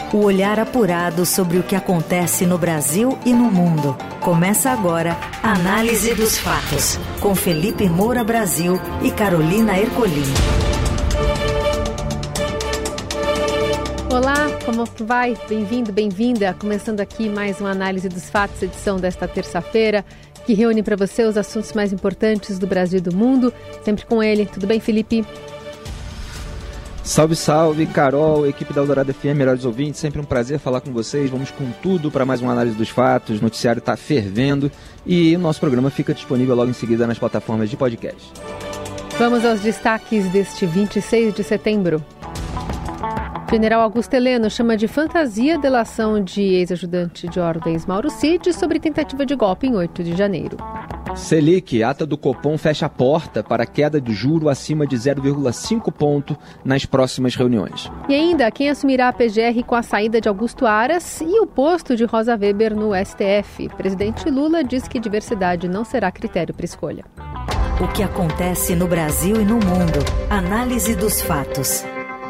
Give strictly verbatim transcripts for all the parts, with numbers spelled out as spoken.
O olhar apurado sobre o que acontece no Brasil e no mundo. Começa agora a Análise dos Fatos, com Felipe Moura Brasil e Carolina Ercolim. Olá, como vai? Bem-vindo, bem-vinda. Começando aqui mais uma Análise dos Fatos, edição desta terça-feira, que reúne para você os assuntos mais importantes do Brasil e do mundo. Sempre com ele. Tudo bem, Felipe? Salve, salve, Carol, equipe da Eldorado F M, melhores ouvintes, sempre um prazer falar com vocês. Vamos com tudo para mais uma análise dos fatos, o noticiário está fervendo e o nosso programa fica disponível logo em seguida nas plataformas de podcast. Vamos aos destaques deste vinte e seis de setembro. General Augusto Heleno chama de fantasia a delação de ex-ajudante de ordens Mauro Cid sobre tentativa de golpe em oito de janeiro. Selic, ata do Copom fecha a porta para queda de juro acima de zero vírgula cinco ponto nas próximas reuniões. E ainda, quem assumirá a P G R com a saída de Augusto Aras e o posto de Rosa Weber no S T F. Presidente Lula diz que diversidade não será critério para escolha. O que acontece no Brasil e no mundo. Análise dos fatos.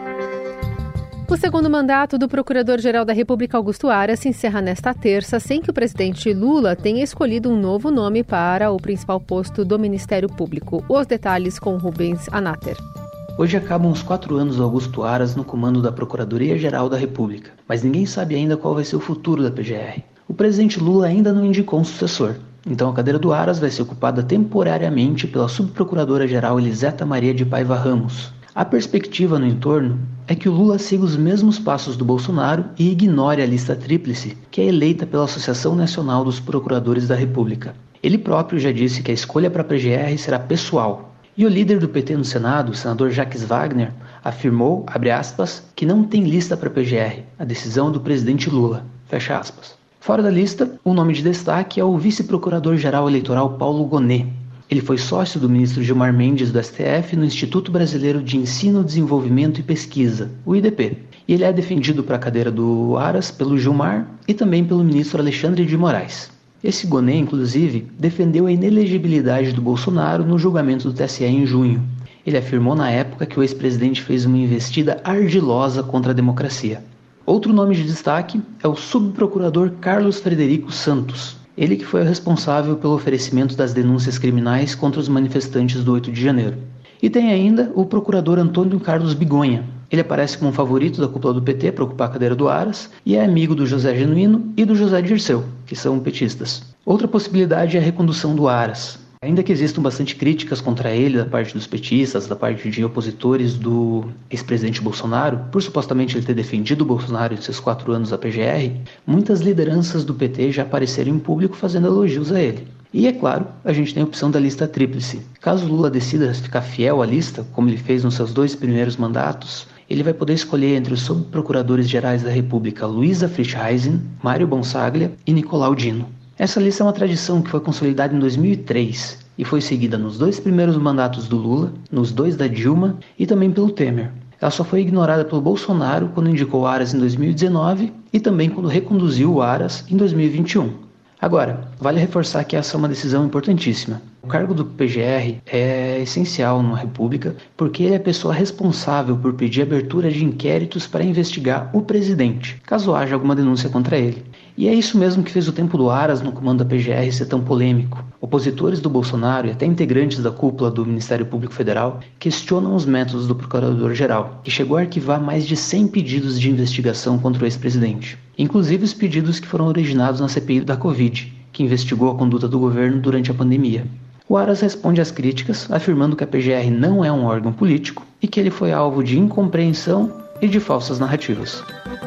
O segundo mandato do Procurador-Geral da República, Augusto Aras, se encerra nesta terça, sem que o presidente Lula tenha escolhido um novo nome para o principal posto do Ministério Público. Os detalhes com Rubens Anater. Hoje acabam os quatro anos do Augusto Aras no comando da Procuradoria-Geral da República, mas ninguém sabe ainda qual vai ser o futuro da P G R. O presidente Lula ainda não indicou um sucessor, então a cadeira do Aras vai ser ocupada temporariamente pela subprocuradora-geral Eliseta Maria de Paiva Ramos. A perspectiva no entorno é que o Lula siga os mesmos passos do Bolsonaro e ignore a lista tríplice, que é eleita pela Associação Nacional dos Procuradores da República. Ele próprio já disse que a escolha para a P G R será pessoal. E o líder do P T no Senado, o senador Jacques Wagner, afirmou, abre aspas, que não tem lista para a P G R, a decisão do presidente Lula, fecha aspas. Fora da lista, o nome de destaque é o vice-procurador-geral eleitoral Paulo Gonet. Ele foi sócio do ministro Gilmar Mendes do S T F no Instituto Brasileiro de Ensino, Desenvolvimento e Pesquisa, o I D P. E ele é defendido para a cadeira do Aras pelo Gilmar e também pelo ministro Alexandre de Moraes. Esse Gonet, inclusive, defendeu a inelegibilidade do Bolsonaro no julgamento do T S E em junho. Ele afirmou na época que o ex-presidente fez uma investida ardilosa contra a democracia. Outro nome de destaque é o subprocurador Carlos Frederico Santos. Ele que foi o responsável pelo oferecimento das denúncias criminais contra os manifestantes do oito de janeiro. E tem ainda o procurador Antônio Carlos Bigonha. Ele aparece como um favorito da cúpula do P T para ocupar a cadeira do Aras e é amigo do José Genuíno e do José Dirceu, que são petistas. Outra possibilidade é a recondução do Aras. Ainda que existam bastante críticas contra ele da parte dos petistas, da parte de opositores do ex-presidente Bolsonaro, por supostamente ele ter defendido o Bolsonaro em seus quatro anos da P G R, muitas lideranças do P T já apareceram em público fazendo elogios a ele. E, é claro, a gente tem a opção da lista tríplice. Caso Lula decida ficar fiel à lista, como ele fez nos seus dois primeiros mandatos, ele vai poder escolher entre os subprocuradores-gerais da República Luísa Frischheisen, Mário Bonsaglia e Nicolau Dino. Essa lista é uma tradição que foi consolidada em dois mil e três e foi seguida nos dois primeiros mandatos do Lula, nos dois da Dilma e também pelo Temer. Ela só foi ignorada pelo Bolsonaro quando indicou o Aras em dois mil e dezenove e também quando reconduziu o Aras em dois mil e vinte e um. Agora, vale reforçar que essa é uma decisão importantíssima. O cargo do P G R é essencial numa república porque ele é a pessoa responsável por pedir abertura de inquéritos para investigar o presidente, caso haja alguma denúncia contra ele. E é isso mesmo que fez o tempo do Aras no comando da P G R ser tão polêmico. Opositores do Bolsonaro e até integrantes da cúpula do Ministério Público Federal questionam os métodos do Procurador-Geral, que chegou a arquivar mais de cem pedidos de investigação contra o ex-presidente. Inclusive os pedidos que foram originados na C P I da Covid, que investigou a conduta do governo durante a pandemia. O Aras responde às críticas, afirmando que a P G R não é um órgão político e que ele foi alvo de incompreensão e de falsas narrativas.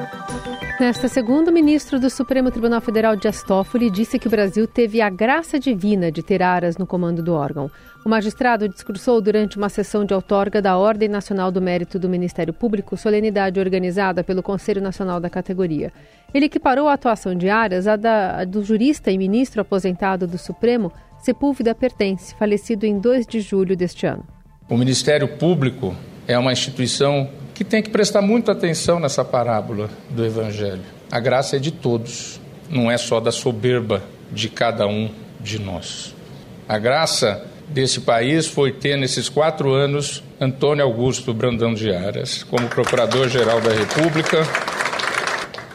Nesta segunda, o ministro do Supremo Tribunal Federal, Dias Toffoli, disse que o Brasil teve a graça divina de ter Aras no comando do órgão. O magistrado discursou durante uma sessão de outorga da Ordem Nacional do Mérito do Ministério Público, solenidade organizada pelo Conselho Nacional da categoria. Ele equiparou a atuação de Aras à da, a do jurista e ministro aposentado do Supremo, Sepúlveda Pertence, falecido em dois de julho deste ano. O Ministério Público é uma instituição que tem que prestar muita atenção nessa parábola do Evangelho. A graça é de todos, não é só da soberba de cada um de nós. A graça desse país foi ter, nesses quatro anos, Antônio Augusto Brandão de Aras como Procurador-Geral da República,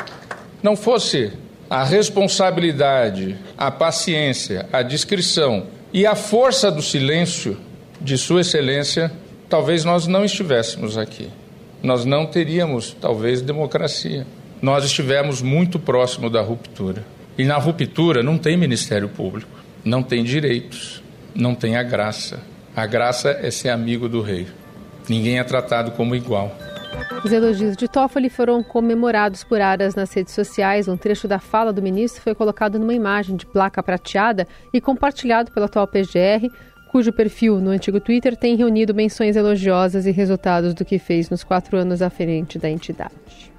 não fosse a responsabilidade, a paciência, a discrição e a força do silêncio de Sua Excelência, talvez nós não estivéssemos aqui. Nós não teríamos, talvez, democracia. Nós estivemos muito próximo da ruptura. E na ruptura não tem Ministério Público, não tem direitos, não tem a graça. A graça é ser amigo do rei. Ninguém é tratado como igual. Os elogios de Toffoli foram comemorados por Aras nas redes sociais. Um trecho da fala do ministro foi colocado numa imagem de placa prateada e compartilhado pela atual P G R, cujo perfil no antigo Twitter tem reunido menções elogiosas e resultados do que fez nos quatro anos à frente da entidade.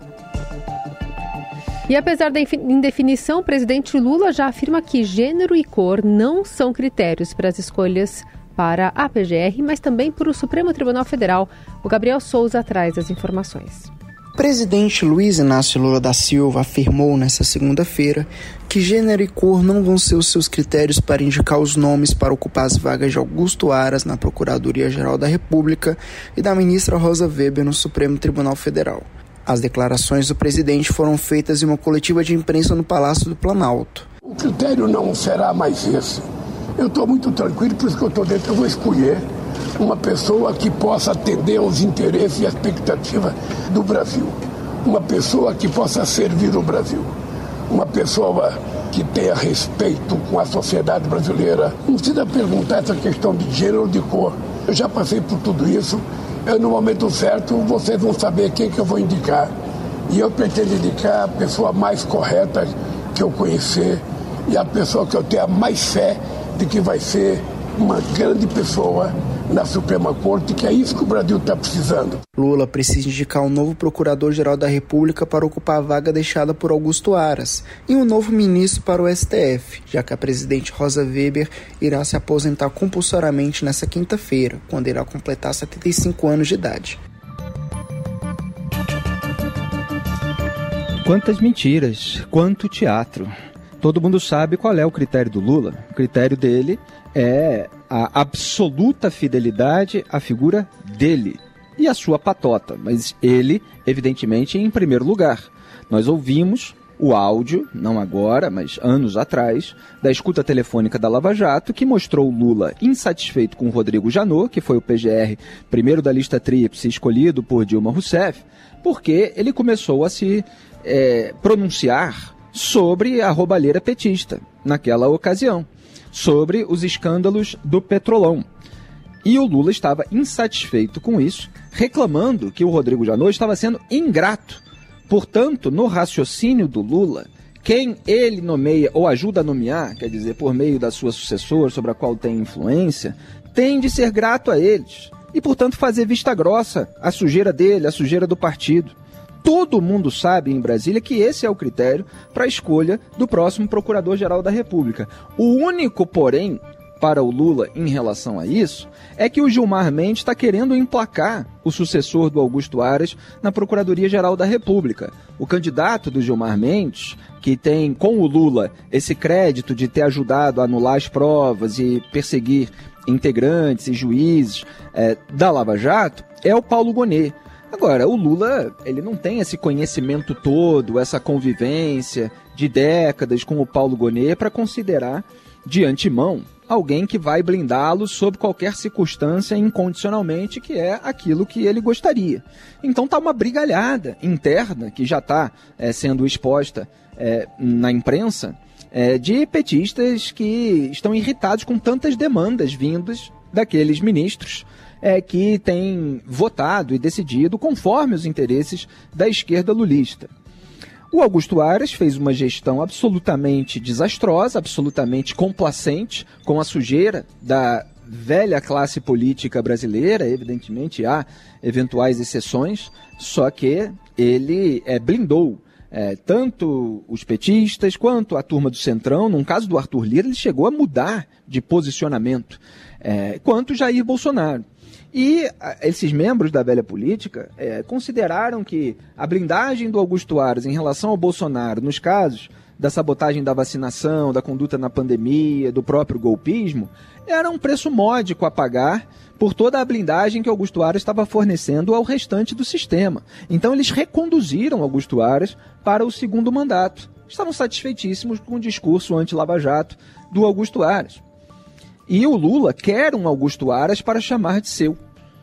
E apesar da indefinição, o presidente Lula já afirma que gênero e cor não são critérios para as escolhas para a P G R, mas também para o Supremo Tribunal Federal. O Gabriel Souza traz as informações. O presidente Luiz Inácio Lula da Silva afirmou nesta segunda-feira que gênero e cor não vão ser os seus critérios para indicar os nomes para ocupar as vagas de Augusto Aras na Procuradoria-Geral da República e da ministra Rosa Weber no Supremo Tribunal Federal. As declarações do presidente foram feitas em uma coletiva de imprensa no Palácio do Planalto. O critério não será mais esse. Eu estou muito tranquilo, por isso que eu estou dentro. Eu vou escolher uma pessoa que possa atender aos interesses e expectativas do Brasil. Uma pessoa que possa servir o Brasil. Uma pessoa que tenha respeito com a sociedade brasileira. Não precisa perguntar essa questão de gênero ou de cor. Eu já passei por tudo isso. Eu, no momento certo, vocês vão saber quem que eu vou indicar. E eu pretendo indicar a pessoa mais correta que eu conhecer e a pessoa que eu tenha mais fé de que vai ser uma grande pessoa na Suprema Corte, que é isso que o Brasil está precisando. Lula precisa indicar um novo Procurador-Geral da República para ocupar a vaga deixada por Augusto Aras e um novo ministro para o S T F, já que a presidente Rosa Weber irá se aposentar compulsoriamente nesta quinta-feira, quando irá completar setenta e cinco anos de idade. Quantas mentiras, quanto teatro. Todo mundo sabe qual é o critério do Lula. O critério dele é a absoluta fidelidade à figura dele e à sua patota. Mas ele, evidentemente, em primeiro lugar. Nós ouvimos o áudio, não agora, mas anos atrás, da escuta telefônica da Lava Jato, que mostrou o Lula insatisfeito com o Rodrigo Janot, que foi o P G R primeiro da lista tríplice escolhido por Dilma Rousseff, porque ele começou a se é, pronunciar sobre a roubalheira petista, naquela ocasião, sobre os escândalos do Petrolão. E o Lula estava insatisfeito com isso, reclamando que o Rodrigo Janot estava sendo ingrato. Portanto, no raciocínio do Lula, quem ele nomeia ou ajuda a nomear, quer dizer, por meio da sua sucessora, sobre a qual tem influência, tem de ser grato a eles. E, portanto, fazer vista grossa à sujeira dele, à sujeira do partido. Todo mundo sabe em Brasília que esse é o critério para a escolha do próximo Procurador-Geral da República. O único, porém, para o Lula em relação a isso, é que o Gilmar Mendes está querendo emplacar o sucessor do Augusto Aras na Procuradoria-Geral da República. O candidato do Gilmar Mendes, que tem com o Lula esse crédito de ter ajudado a anular as provas e perseguir integrantes e juízes é, da Lava Jato, é o Paulo Gonet. Agora, o Lula, ele não tem esse conhecimento todo, essa convivência de décadas com o Paulo Gonet para considerar de antemão alguém que vai blindá-lo sob qualquer circunstância incondicionalmente, que é aquilo que ele gostaria. Então está uma brigalhada interna que já está é, sendo exposta é, na imprensa é, de petistas que estão irritados com tantas demandas vindas daqueles ministros É, que tem votado e decidido conforme os interesses da esquerda lulista. O Augusto Aras fez uma gestão absolutamente desastrosa, absolutamente complacente com a sujeira da velha classe política brasileira. Evidentemente há eventuais exceções, só que ele é, blindou é, tanto os petistas quanto a turma do Centrão. No caso do Arthur Lira, ele chegou a mudar de posicionamento, é, quanto Jair Bolsonaro. E esses membros da velha política é, consideraram que a blindagem do Augusto Aras em relação ao Bolsonaro, nos casos da sabotagem da vacinação, da conduta na pandemia, do próprio golpismo, era um preço módico a pagar por toda a blindagem que Augusto Aras estava fornecendo ao restante do sistema. Então eles reconduziram Augusto Aras para o segundo mandato. Estavam satisfeitíssimos com o discurso anti-Lava Jato do Augusto Aras. E o Lula quer um Augusto Aras para chamar de seu.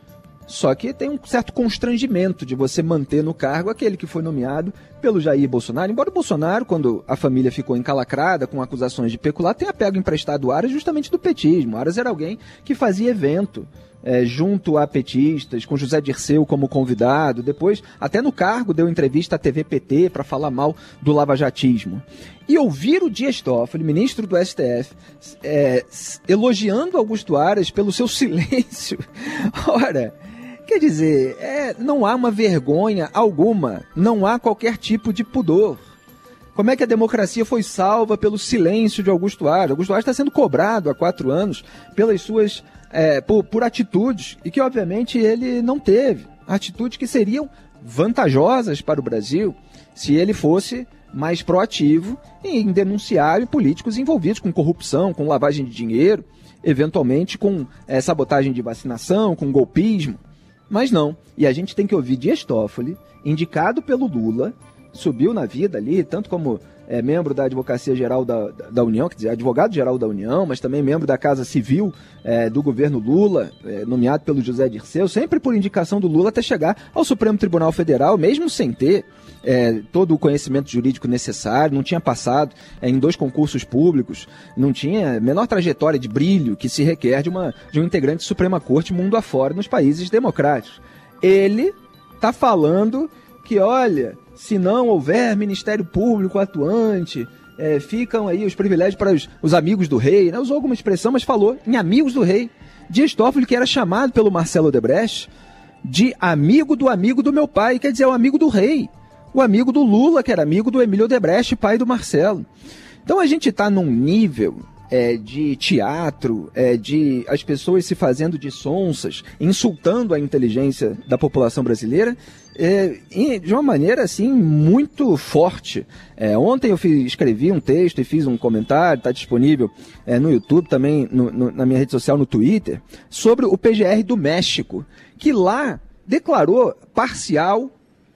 Só que tem um certo constrangimento de você manter no cargo aquele que foi nomeado pelo Jair Bolsonaro. Embora o Bolsonaro, quando a família ficou encalacrada com acusações de peculado, tenha pego emprestado Aras justamente do petismo. Aras era alguém que fazia evento é, junto a petistas, com José Dirceu como convidado. Depois, até no cargo, deu entrevista à T V P T para falar mal do lavajatismo. E ouvir o Dias Toffoli, ministro do S T F, é, elogiando Augusto Aras pelo seu silêncio. Ora... Quer dizer, é, não há uma vergonha alguma, não há qualquer tipo de pudor. Como é que a democracia foi salva pelo silêncio de Augusto Aras? Augusto Aras está sendo cobrado há quatro anos pelas suas, é, por, por atitudes, e que obviamente ele não teve. Atitudes que seriam vantajosas para o Brasil se ele fosse mais proativo em denunciar políticos envolvidos com corrupção, com lavagem de dinheiro, eventualmente com é, sabotagem de vacinação, com golpismo. Mas não, e a gente tem que ouvir Dias Toffoli, indicado pelo Lula, subiu na vida ali, tanto como é, membro da Advocacia Geral da, da, da União, quer dizer, advogado-geral da União, mas também membro da Casa Civil é, do governo Lula, é, nomeado pelo José Dirceu, sempre por indicação do Lula até chegar ao Supremo Tribunal Federal, mesmo sem ter é, todo o conhecimento jurídico necessário, não tinha passado é, em dois concursos públicos, não tinha a menor trajetória de brilho que se requer de, uma, de um integrante de Suprema Corte mundo afora nos países democráticos. Ele está falando que, olha, se não houver Ministério Público atuante, é, ficam aí os privilégios para os, os amigos do rei, né? Usou alguma expressão, mas falou em amigos do rei. Dias Toffoli, que era chamado pelo Marcelo Odebrecht de amigo do amigo do meu pai, quer dizer, o amigo do rei. O amigo do Lula, que era amigo do Emílio Odebrecht, pai do Marcelo. Então a gente está num nível é, de teatro, é, de as pessoas se fazendo de sonsas, insultando a inteligência da população brasileira, é, de uma maneira assim muito forte. É, ontem eu fiz, escrevi um texto e fiz um comentário, está disponível é, no YouTube, também no, no, na minha rede social, no Twitter, sobre o P G R do México, que lá declarou parcial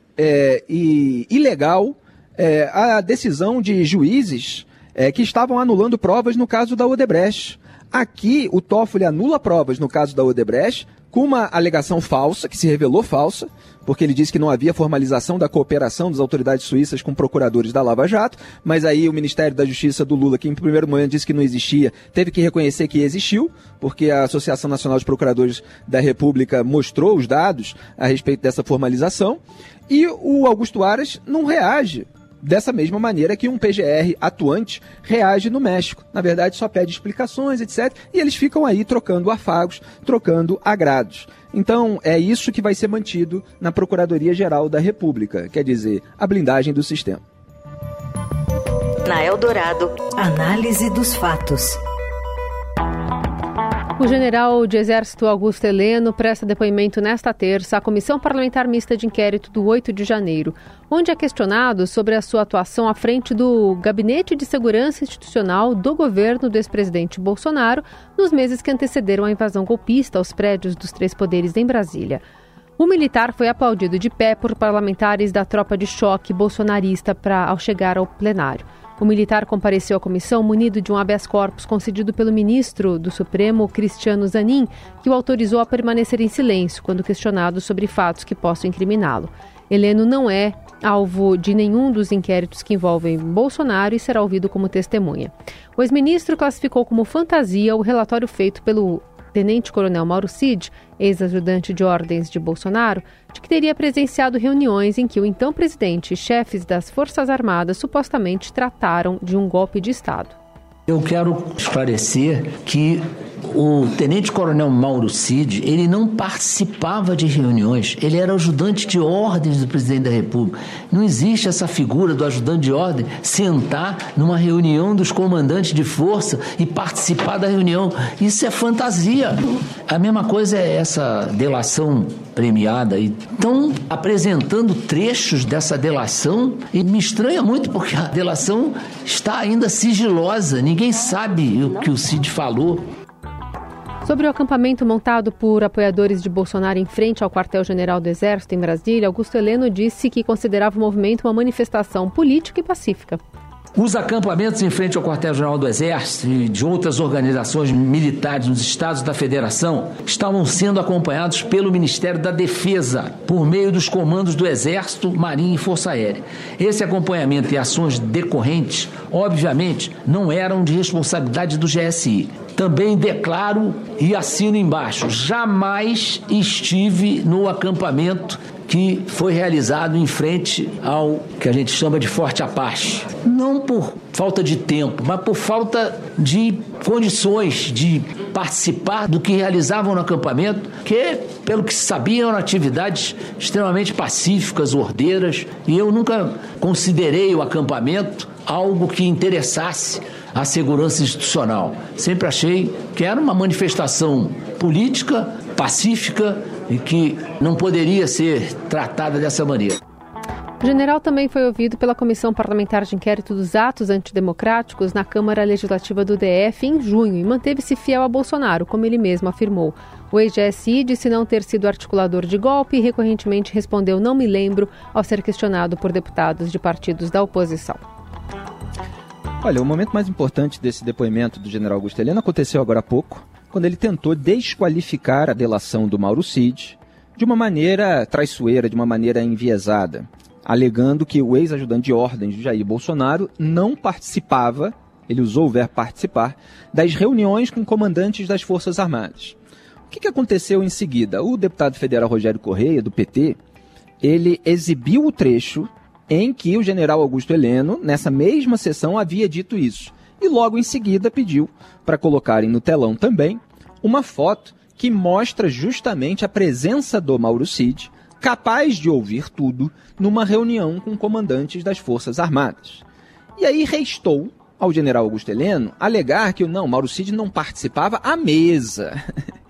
É, e ilegal é, a decisão de juízes é, que estavam anulando provas no caso da Odebrecht. Aqui, o Toffoli anula provas no caso da Odebrecht com uma alegação falsa, que se revelou falsa, porque ele disse que não havia formalização da cooperação das autoridades suíças com procuradores da Lava Jato, mas aí o Ministério da Justiça do Lula, que em primeiro momento disse que não existia, teve que reconhecer que existiu, porque a Associação Nacional de Procuradores da República mostrou os dados a respeito dessa formalização, e o Augusto Aras não reage dessa mesma maneira que um P G R atuante reage no México. Na verdade, só pede explicações, etcétera. E eles ficam aí trocando afagos, trocando agrados. Então, é isso que vai ser mantido na Procuradoria-Geral da República, quer dizer, a blindagem do sistema. Na Eldorado, análise dos fatos. O general de Exército Augusto Heleno presta depoimento nesta terça à Comissão Parlamentar Mista de Inquérito do oito de janeiro, onde é questionado sobre a sua atuação à frente do Gabinete de Segurança Institucional do governo do ex-presidente Bolsonaro nos meses que antecederam a invasão golpista aos prédios dos três poderes em Brasília. O militar foi aplaudido de pé por parlamentares da tropa de choque bolsonarista pra, ao chegar ao plenário. O militar compareceu à comissão munido de um habeas corpus concedido pelo ministro do Supremo, Cristiano Zanin, que o autorizou a permanecer em silêncio quando questionado sobre fatos que possam incriminá-lo. Heleno não é alvo de nenhum dos inquéritos que envolvem Bolsonaro e será ouvido como testemunha. O ex-ministro classificou como fantasia o relatório feito pelo tenente-coronel Mauro Cid, ex-ajudante de ordens de Bolsonaro, de que teria presenciado reuniões em que o então presidente e chefes das Forças Armadas supostamente trataram de um golpe de Estado. Eu quero esclarecer que O tenente-coronel Mauro Cid, ele não participava de reuniões, ele era ajudante de ordens do presidente da República. Não existe essa figura do ajudante de ordem sentar numa reunião dos comandantes de força e participar da reunião. Isso é fantasia. A mesma coisa é essa delação premiada. Estão apresentando trechos dessa delação e me estranha muito porque a delação está ainda sigilosa. Ninguém sabe o que o Cid falou. Sobre o acampamento montado por apoiadores de Bolsonaro em frente ao quartel-general do Exército em Brasília, Augusto Heleno disse que considerava o movimento uma manifestação política e pacífica. Os acampamentos em frente ao quartel-general do Exército e de outras organizações militares nos estados da Federação estavam sendo acompanhados pelo Ministério da Defesa, por meio dos comandos do Exército, Marinha e Força Aérea. Esse acompanhamento e ações decorrentes, obviamente, não eram de responsabilidade do G S I. Também declaro e assino embaixo, jamais estive no acampamento que foi realizado em frente ao que a gente chama de Forte Apache. Não por falta de tempo, mas por falta de condições de participar do que realizavam no acampamento, que, pelo que se sabia, eram atividades extremamente pacíficas, ordeiras, e eu nunca considerei o acampamento algo que interessasse a segurança institucional. Sempre achei que era uma manifestação política, pacífica, e que não poderia ser tratada dessa maneira. O general também foi ouvido pela Comissão Parlamentar de Inquérito dos Atos Antidemocráticos na Câmara Legislativa do D F em junho e manteve-se fiel a Bolsonaro, como ele mesmo afirmou. O ex-G S I disse não ter sido articulador de golpe e recorrentemente respondeu "não me lembro" ao ser questionado por deputados de partidos da oposição. Olha, o momento mais importante desse depoimento do general Augusto Heleno aconteceu agora há pouco, quando ele tentou desqualificar a delação do Mauro Cid de uma maneira traiçoeira, de uma maneira enviesada, alegando que o ex-ajudante de ordens de Jair Bolsonaro não participava, ele usou o verbo participar, das reuniões com comandantes das Forças Armadas. O que, que aconteceu em seguida? O deputado federal Rogério Correia, do P T, ele exibiu o trecho em que o general Augusto Heleno, nessa mesma sessão, havia dito isso. E logo em seguida pediu para colocarem no telão também uma foto que mostra justamente a presença do Mauro Cid, capaz de ouvir tudo, numa reunião com comandantes das Forças Armadas. E aí restou ao general Augusto Heleno alegar que não, Mauro Cid não participava à mesa.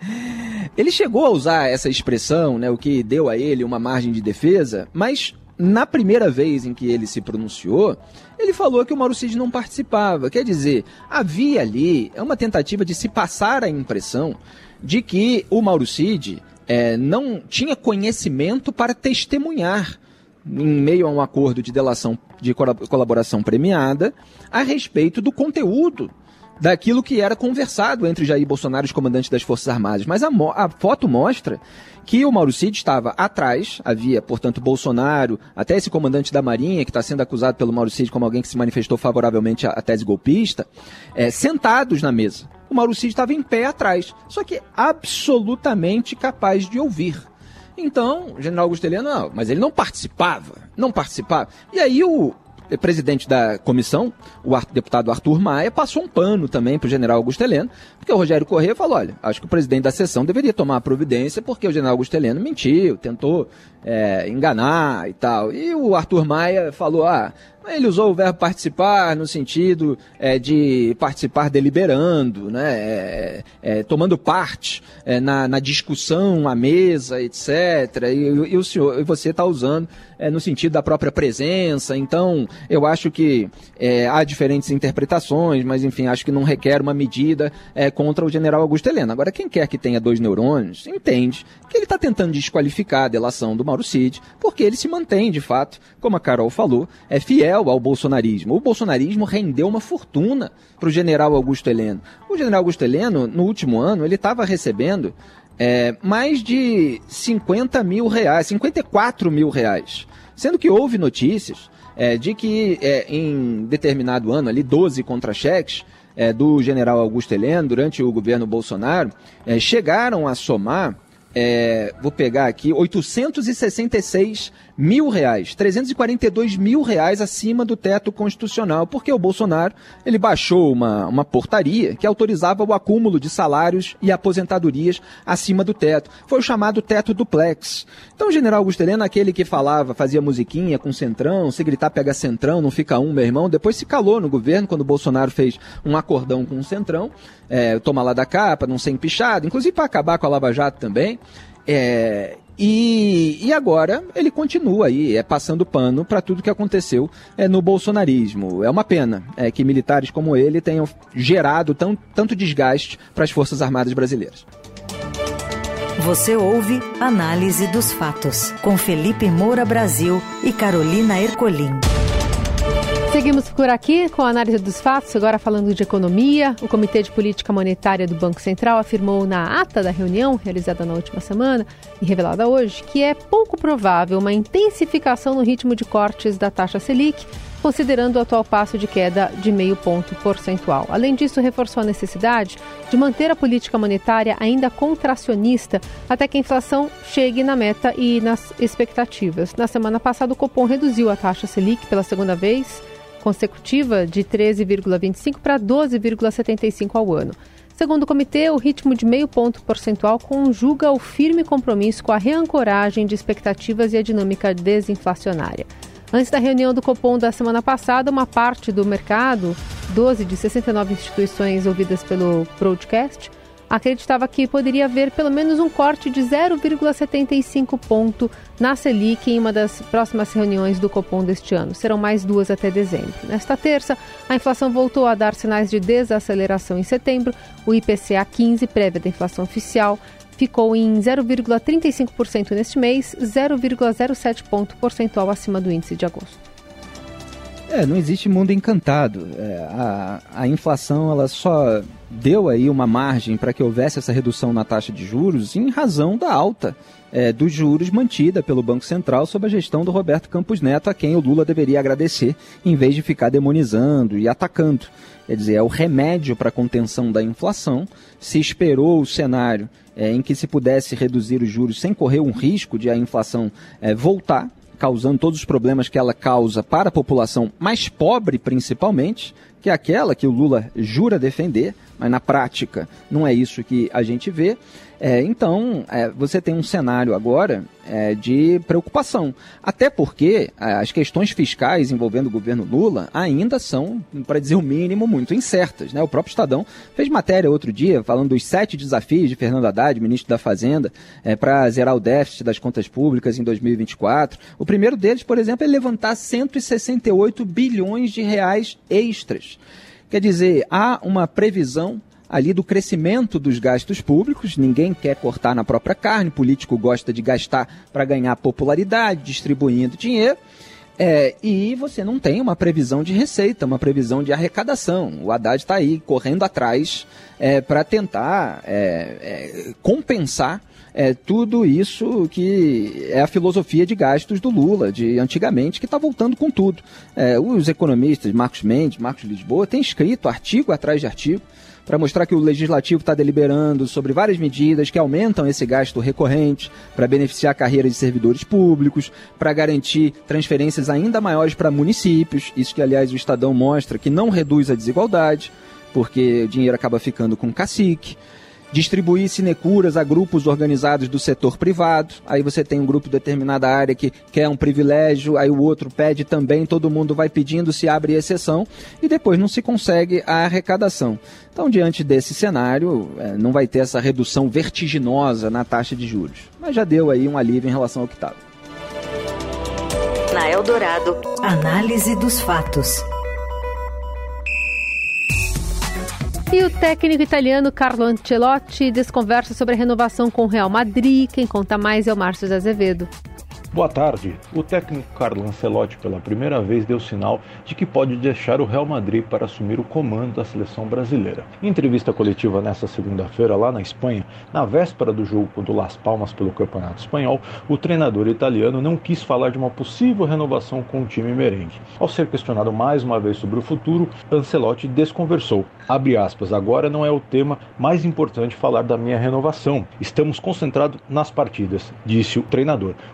Ele chegou a usar essa expressão, né, o que deu a ele uma margem de defesa, mas na primeira vez em que ele se pronunciou, ele falou que o Mauro Cid não participava. Quer dizer, havia ali uma tentativa de se passar a impressão de que o Mauro Cid é, não tinha conhecimento para testemunhar, em meio a um acordo de delação de colaboração premiada, a respeito do conteúdo daquilo que era conversado entre Jair Bolsonaro e os comandantes das Forças Armadas. Mas a, a foto mostra que o Mauro Cid estava atrás, havia, portanto, Bolsonaro, até esse comandante da Marinha, que está sendo acusado pelo Mauro Cid como alguém que se manifestou favoravelmente à, à tese golpista, é, sentados na mesa. O Mauro Cid estava em pé atrás, só que absolutamente capaz de ouvir. Então, o general Augusto Heleno, não, mas ele não participava, não participava. E aí o presidente da comissão, o deputado Arthur Maia, passou um pano também para o general Augusto Heleno, porque o Rogério Correia falou, olha, acho que o presidente da sessão deveria tomar a providência porque o general Augusto Heleno mentiu, tentou é, enganar e tal. E o Arthur Maia falou, ah, ele usou o verbo participar no sentido é, de participar deliberando, né, é, é, tomando parte é, na, na discussão à mesa, etcétera. E, e, o senhor, e você está usando é, no sentido da própria presença. Então, eu acho que é, há diferentes interpretações, mas enfim, acho que não requer uma medida é, contra o general Augusto Heleno. Agora, quem quer que tenha dois neurônios, entende que ele está tentando desqualificar a delação do Mauro Cid, porque ele se mantém, de fato, como a Carol falou, é fiel ao bolsonarismo. O bolsonarismo rendeu uma fortuna para o general Augusto Heleno. O general Augusto Heleno, no último ano, ele estava recebendo é, mais de cinquenta mil reais, cinquenta e quatro mil reais, sendo que houve notícias é, de que é, em determinado ano, ali, doze contra-cheques é, do general Augusto Heleno, durante o governo Bolsonaro, é, chegaram a somar, É, vou pegar aqui, oitocentos e sessenta e seis mil reais, trezentos e quarenta e dois mil reais acima do teto constitucional, porque o Bolsonaro ele baixou uma, uma portaria que autorizava o acúmulo de salários e aposentadorias acima do teto. Foi o chamado teto duplex. Então o general Augusto Helena, aquele que falava, fazia musiquinha com Centrão, se gritar pega Centrão, não fica um, meu irmão, depois se calou no governo quando o Bolsonaro fez um acordão com o Centrão, é, toma lá da capa, não ser empichado, inclusive para acabar com a Lava Jato também. É, e, e agora ele continua aí, é, passando pano para tudo que aconteceu é, no bolsonarismo. É uma pena é, que militares como ele tenham gerado tão, tanto desgaste para as Forças Armadas brasileiras. Você ouve Análise dos Fatos, com Felipe Moura Brasil e Carolina Ercolim. Seguimos por aqui com a análise dos fatos, agora falando de economia. O Comitê de Política Monetária do Banco Central afirmou na ata da reunião, realizada na última semana e revelada hoje, que é pouco provável uma intensificação no ritmo de cortes da taxa Selic, considerando o atual passo de queda de meio ponto percentual. Além disso, reforçou a necessidade de manter a política monetária ainda contracionista até que a inflação chegue na meta e nas expectativas. Na semana passada, o Copom reduziu a taxa Selic pela segunda vez consecutiva de treze vírgula vinte e cinco para doze vírgula setenta e cinco ao ano. Segundo o comitê, o ritmo de meio ponto percentual conjuga o firme compromisso com a reancoragem de expectativas e a dinâmica desinflacionária. Antes da reunião do Copom da semana passada, uma parte do mercado, doze de sessenta e nove instituições ouvidas pelo broadcast, acreditava que poderia haver pelo menos um corte de zero vírgula setenta e cinco ponto na Selic em uma das próximas reuniões do Copom deste ano. Serão mais duas até dezembro. Nesta terça, a inflação voltou a dar sinais de desaceleração em setembro. O I P C A quinze, prévia da inflação oficial, ficou em zero vírgula trinta e cinco por cento neste mês, zero vírgula zero sete ponto percentual acima do índice de agosto. É, não existe mundo encantado. É, a, a inflação ela só deu aí uma margem para que houvesse essa redução na taxa de juros em razão da alta é, dos juros mantida pelo Banco Central sob a gestão do Roberto Campos Neto, a quem o Lula deveria agradecer, em vez de ficar demonizando e atacando. Quer dizer, é o remédio para a contenção da inflação. Se esperou o cenário é, em que se pudesse reduzir os juros sem correr um risco de a inflação é, voltar, causando todos os problemas que ela causa para a população mais pobre, principalmente, que é aquela que o Lula jura defender, mas na prática não é isso que a gente vê. É, então, é, você tem um cenário agora é, de preocupação, até porque é, as questões fiscais envolvendo o governo Lula ainda são, para dizer o mínimo, muito incertas, né? O próprio Estadão fez matéria outro dia falando dos sete desafios de Fernando Haddad, ministro da Fazenda, é, para zerar o déficit das contas públicas em dois mil e vinte e quatro. O primeiro deles, por exemplo, é levantar cento e sessenta e oito bilhões de reais extras. Quer dizer, há uma previsão ali do crescimento dos gastos públicos, ninguém quer cortar na própria carne, político gosta de gastar para ganhar popularidade, distribuindo dinheiro, é, e você não tem uma previsão de receita, uma previsão de arrecadação. O Haddad está aí correndo atrás é, para tentar é, é, compensar É tudo isso que é a filosofia de gastos do Lula, de antigamente, que está voltando com tudo. É, os economistas, Marcos Mendes, Marcos Lisboa, têm escrito artigo atrás de artigo para mostrar que o Legislativo está deliberando sobre várias medidas que aumentam esse gasto recorrente para beneficiar a carreira de servidores públicos, para garantir transferências ainda maiores para municípios, isso que, aliás, o Estadão mostra que não reduz a desigualdade, porque o dinheiro acaba ficando com o cacique. Distribuir sinecuras a grupos organizados do setor privado, aí você tem um grupo de determinada área que quer um privilégio, aí o outro pede também, todo mundo vai pedindo, se abre exceção e depois não se consegue a arrecadação. Então, diante desse cenário, é, não vai ter essa redução vertiginosa na taxa de juros, mas já deu aí um alívio em relação ao que estava. Na Eldorado, análise dos fatos. E o técnico italiano Carlo Ancelotti desconversa sobre a renovação com o Real Madrid. Quem conta mais é o Márcio de Azevedo. Boa tarde. O técnico Carlo Ancelotti pela primeira vez deu sinal de que pode deixar o Real Madrid para assumir o comando da seleção brasileira. Em entrevista coletiva nesta segunda-feira lá na Espanha, na véspera do jogo contra o Las Palmas pelo Campeonato Espanhol, o treinador italiano não quis falar de uma possível renovação com o time merengue. Ao ser questionado mais uma vez sobre o futuro, Ancelotti desconversou. Abre aspas, agora não é o tema mais importante falar da minha renovação. Estamos concentrados nas partidas, disse o treinador. O presidente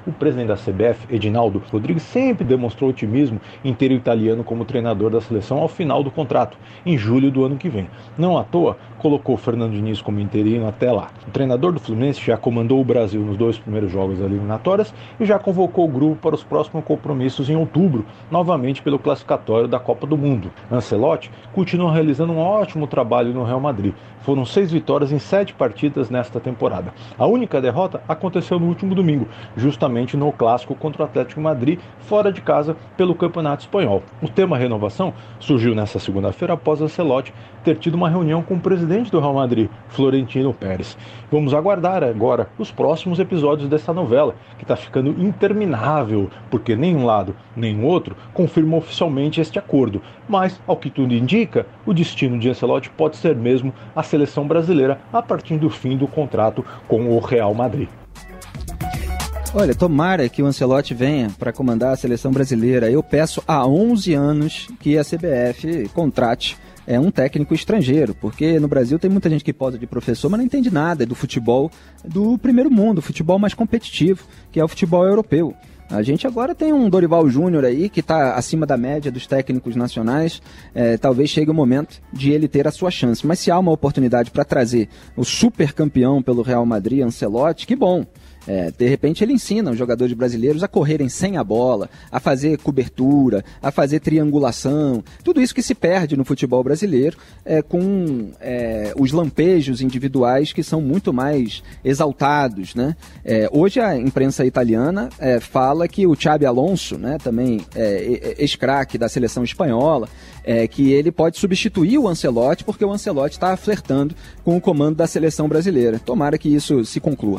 presidente da C B F, Edinaldo Rodrigues, sempre demonstrou otimismo em ter o italiano como treinador da seleção ao final do contrato, em julho do ano que vem. Não à toa, colocou Fernando Diniz como interino até lá. O treinador do Fluminense já comandou o Brasil nos dois primeiros jogos eliminatórios e já convocou o grupo para os próximos compromissos em outubro, novamente pelo classificatório da Copa do Mundo. Ancelotti continua realizando um ótimo trabalho no Real Madrid. Foram seis vitórias em sete partidas nesta temporada. A única derrota aconteceu no último domingo, justamente no clássico contra o Atlético de Madrid, fora de casa, pelo Campeonato Espanhol. O tema renovação surgiu nesta segunda-feira após Ancelotti ter tido uma reunião com o presidente do Real Madrid, Florentino Pérez. Vamos aguardar agora os próximos episódios dessa novela, que está ficando interminável, porque nem um lado nem o outro confirmam oficialmente este acordo. Mas, ao que tudo indica, o destino de Ancelotti pode ser mesmo a seleção brasileira a partir do fim do contrato com o Real Madrid. Olha, tomara que o Ancelotti venha para comandar a seleção brasileira. Eu peço há onze anos que a C B F contrate é um técnico estrangeiro, porque no Brasil tem muita gente que posa de professor, mas não entende nada do futebol do primeiro mundo, futebol mais competitivo, que é o futebol europeu. A gente agora tem um Dorival Júnior aí que está acima da média dos técnicos nacionais, é, talvez chegue o momento de ele ter a sua chance. Mas se há uma oportunidade para trazer o super campeão pelo Real Madrid, Ancelotti, que bom. É, de repente ele ensina os jogadores brasileiros a correrem sem a bola, a fazer cobertura, a fazer triangulação, tudo isso que se perde no futebol brasileiro é, com é, os lampejos individuais que são muito mais exaltados, né? É, hoje a imprensa italiana é, fala que o Xabi Alonso, né, também é, ex-craque da seleção espanhola, é, que ele pode substituir o Ancelotti porque o Ancelotti está flertando com o comando da seleção brasileira. Tomara que isso se conclua.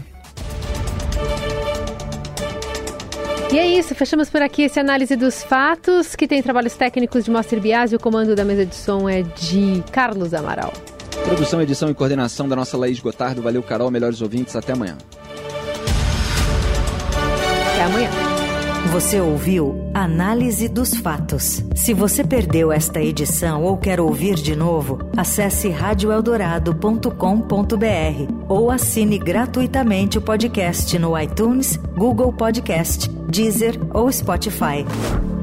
E é isso, fechamos por aqui esse análise dos fatos, que tem trabalhos técnicos de Moacir Biasi. O comando da mesa de som é de Carlos Amaral. Produção, edição e coordenação da nossa Laís Gotardo. Valeu, Carol, melhores ouvintes, até amanhã. Até amanhã. Você ouviu Análise dos Fatos. Se você perdeu esta edição ou quer ouvir de novo, acesse rádio eldorado ponto com ponto br ou assine gratuitamente o podcast no iTunes, Google Podcast, Deezer ou Spotify.